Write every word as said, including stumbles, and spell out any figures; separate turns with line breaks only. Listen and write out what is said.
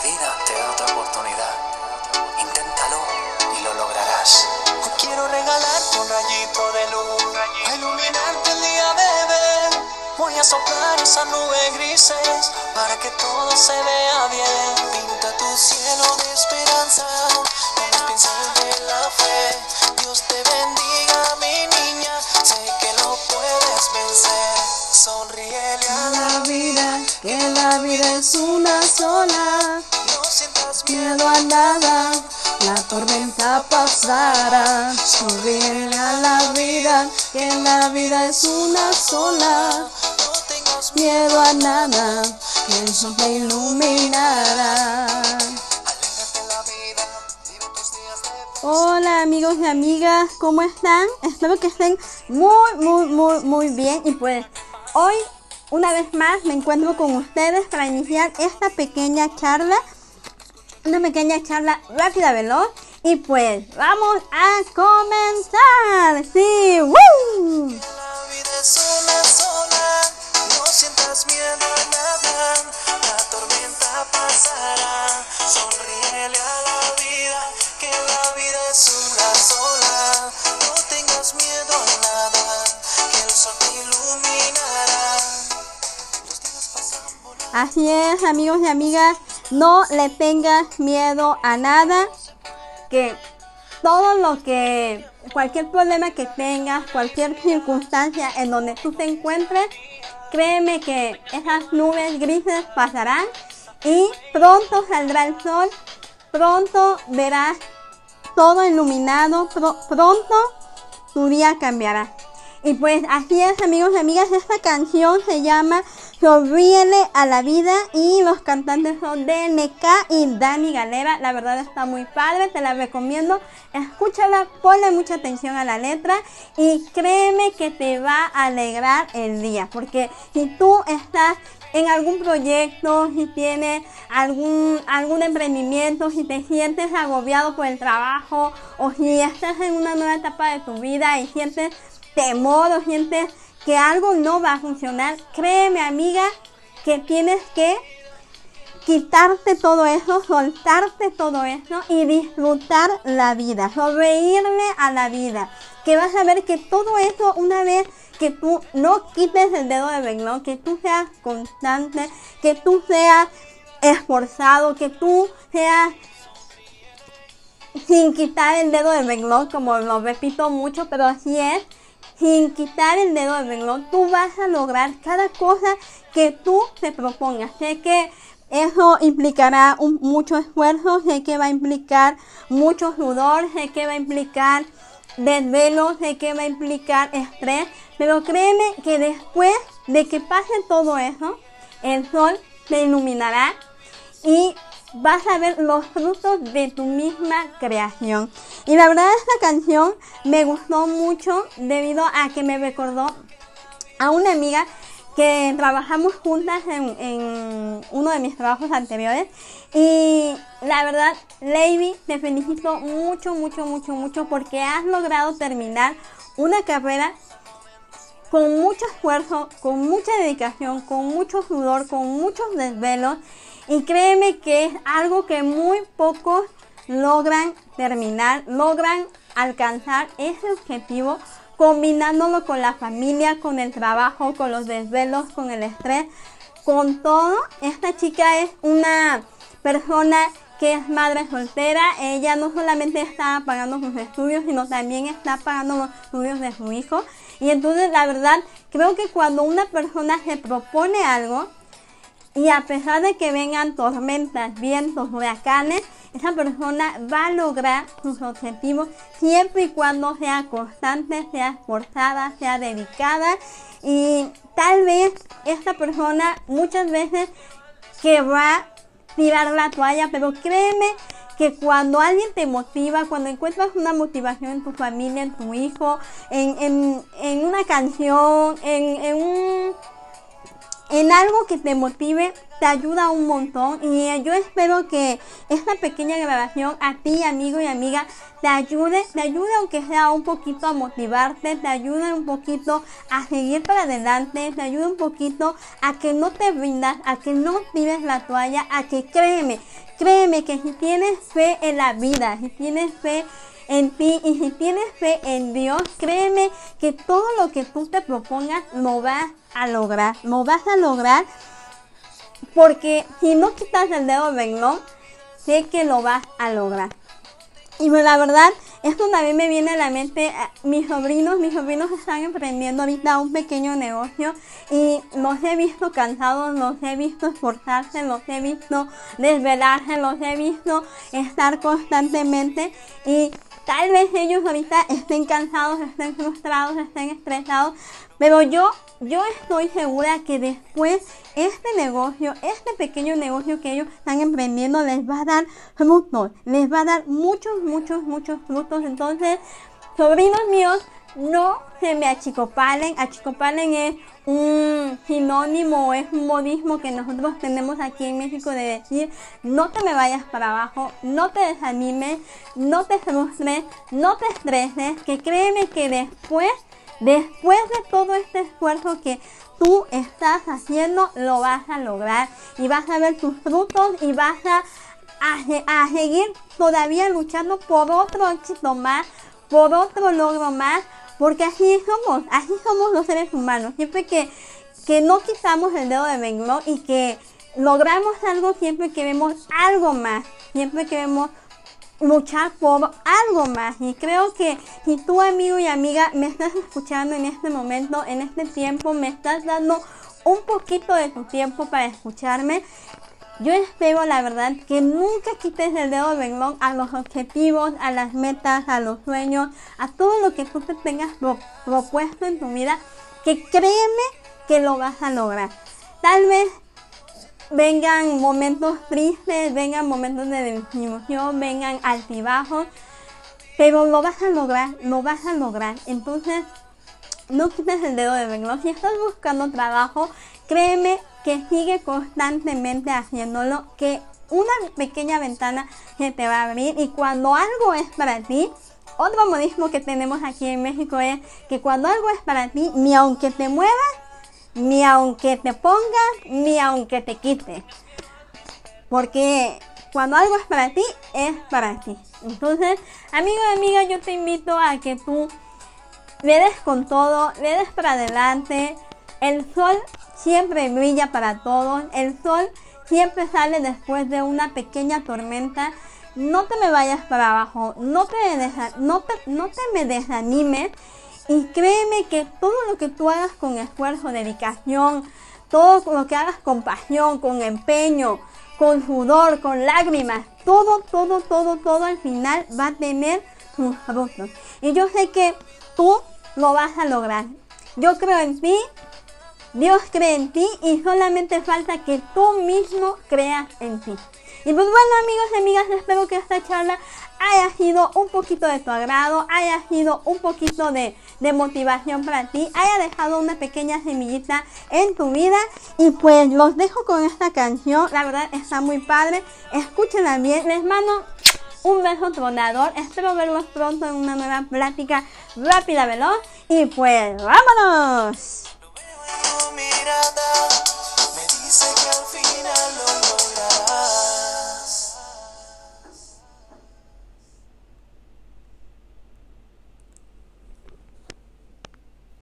vida te da otra oportunidad. Inténtalo y lo lograrás. Hoy quiero regalarte un rayito de luz, a iluminarte el día, bebé. Voy a soplar esas nubes grises para que todo se vea bien. Pinta tu cielo de esperanza con el pincel de la fe. Dios te bendiga, mi niña, sé que lo puedes vencer. Sonríele a la vida,
que la vida es una sola.
no sientas
Miedo a nada, la tormenta pasará. Sonríele a la vida, que la vida es una sola.
no tengas miedo.
Miedo a nada, que el sol te iluminará.
Alégrate la vida, vive tus días de
Hola amigos y amigas, ¿cómo están? Espero que estén muy, muy, muy, muy bien. Y pues hoy, una vez más, me encuentro con ustedes para iniciar esta pequeña charla. Una pequeña charla rápida, veloz. Y pues, vamos a comenzar. ¡Sí! ¡Woo!
La vida es una sola, no sientas miedo a nada, la tormenta pasará. Sonríele a la vida, que la vida es una sola. No tengas miedo a nada, que el sol te iluminará. Los días pasan volando.
Así es, amigos y amigas. No le tengas miedo a nada. Que todo lo que, cualquier problema que tengas, cualquier circunstancia en donde tú te encuentres, créeme que esas nubes grises pasarán y pronto saldrá el sol, pronto verás todo iluminado, pro- pronto tu día cambiará. Y pues así es, amigos y amigas, esta canción se llama Sonríele a la vida y los cantantes son D N K y Dani Galera. La verdad está muy padre, te la recomiendo, escúchala, ponle mucha atención a la letra y créeme que te va a alegrar el día, porque si tú estás en algún proyecto, si tienes algún, algún emprendimiento, si te sientes agobiado por el trabajo o si estás en una nueva etapa de tu vida y sientes temor o sientes que algo no va a funcionar, créeme, amiga, que tienes que quitarte todo eso, soltarte todo eso y disfrutar la vida, sonreírle a la vida, que vas a ver que todo eso, una vez que tú no quites el dedo de renglón, que tú seas constante, que tú seas esforzado, que tú seas sin quitar el dedo de renglón, como lo repito mucho, pero así es, sin quitar el dedo del renglón, tú vas a lograr cada cosa que tú te propongas. Sé que eso implicará un, mucho esfuerzo, sé que va a implicar mucho sudor, sé que va a implicar desvelo, sé que va a implicar estrés, pero créeme que después de que pase todo eso, el sol te iluminará y vas a ver los frutos de tu misma creación. Y la verdad esta canción me gustó mucho debido a que me recordó a una amiga que trabajamos juntas en, en uno de mis trabajos anteriores. Y la verdad, Lady, te felicito mucho, mucho, mucho, mucho porque has logrado terminar una carrera con mucho esfuerzo, con mucha dedicación, con mucho sudor, con muchos desvelos. Y créeme que es algo que muy pocos logran terminar, logran alcanzar ese objetivo combinándolo con la familia, con el trabajo, con los desvelos, con el estrés, con todo. Esta chica es una persona que es madre soltera. Ella no solamente está pagando sus estudios, sino también está pagando los estudios de su hijo. Y entonces la verdad, creo que cuando una persona se propone algo, y a pesar de que vengan tormentas, vientos, huracanes, esa persona va a lograr sus objetivos siempre y cuando sea constante, sea esforzada, sea dedicada. Y tal vez esta persona muchas veces querrá tirar la toalla, pero créeme que cuando alguien te motiva, cuando encuentras una motivación en tu familia, en tu hijo, en, en, en una canción, en, en un... en algo que te motive, te ayuda un montón. Y yo espero que esta pequeña grabación a ti, amigo y amiga, te ayude, te ayude aunque sea un poquito a motivarte, te ayude un poquito a seguir para adelante, te ayude un poquito a que no te rindas, a que no tires la toalla, a que créeme, créeme que si tienes fe en la vida, si tienes fe en ti y si tienes fe en Dios, créeme que todo lo que tú te propongas lo vas a lograr, lo vas a lograr, porque si no quitas el dedo del renglón, sé que lo vas a lograr. Y pues la verdad, esto también me viene a la mente, mis sobrinos, mis sobrinos están emprendiendo ahorita un pequeño negocio y los he visto cansados, los he visto esforzarse, los he visto desvelarse, los he visto estar constantemente y tal vez ellos ahorita estén cansados, estén frustrados, estén estresados, pero yo, yo estoy segura que después este negocio, este pequeño negocio que ellos están emprendiendo les va a dar frutos, les va a dar muchos, muchos, muchos frutos. Entonces, sobrinos míos, no se me achicopalen. Achicopalen es un sinónimo, es un modismo que nosotros tenemos aquí en México de decir, no te me vayas para abajo, no te desanimes, no te frustres, no te estreses, que créeme que después, después de todo este esfuerzo que tú estás haciendo, lo vas a lograr y vas a ver tus frutos y vas a, a, a seguir todavía luchando por otro éxito más, por otro logro más, porque así somos, así somos los seres humanos. Siempre que, que no quitamos el dedo de renglón y que logramos algo, siempre queremos algo más, siempre queremos luchar por algo más. Y creo que si tú, amigo y amiga, me estás escuchando en este momento, en este tiempo, me estás dando un poquito de tu tiempo para escucharme, yo espero, la verdad, que nunca quites el dedo del renglón a los objetivos, a las metas, a los sueños, a todo lo que tú te tengas pro propuesto en tu vida, que créeme que lo vas a lograr. Tal vez vengan momentos tristes, vengan momentos de desilusión, vengan altibajos, pero lo vas a lograr, lo vas a lograr. Entonces, no quites el dedo del renglón. Si estás buscando trabajo, créeme que sigue constantemente haciéndolo, que una pequeña ventana se te va a abrir y cuando algo es para ti, otro modismo que tenemos aquí en México es que cuando algo es para ti, ni aunque te muevas, ni aunque te pongas, ni aunque te quites, porque cuando algo es para ti, es para ti. Entonces, amigo y amiga, yo te invito a que tú le des con todo, le des para adelante. El sol siempre brilla para todos, el sol siempre sale después de una pequeña tormenta. No te me vayas para abajo, no te, no te, no te me desanimes y créeme que todo lo que tú hagas con esfuerzo, dedicación, todo lo que hagas con pasión, con empeño, con sudor, con lágrimas, todo, todo, todo, todo al final va a tener sus frutos. Y yo sé que tú lo vas a lograr. Yo creo en ti, Dios cree en ti y solamente falta que tú mismo creas en ti. Y pues bueno, amigos y amigas, espero que esta charla haya sido un poquito de tu agrado, haya sido un poquito de, de motivación para ti, haya dejado una pequeña semillita en tu vida. Y pues los dejo con esta canción, la verdad está muy padre, escúchenla bien, les mando un beso tronador, espero verlos pronto en una nueva plática rápida, veloz, y pues ¡vámonos!
Mirada me dice que al final lo logré.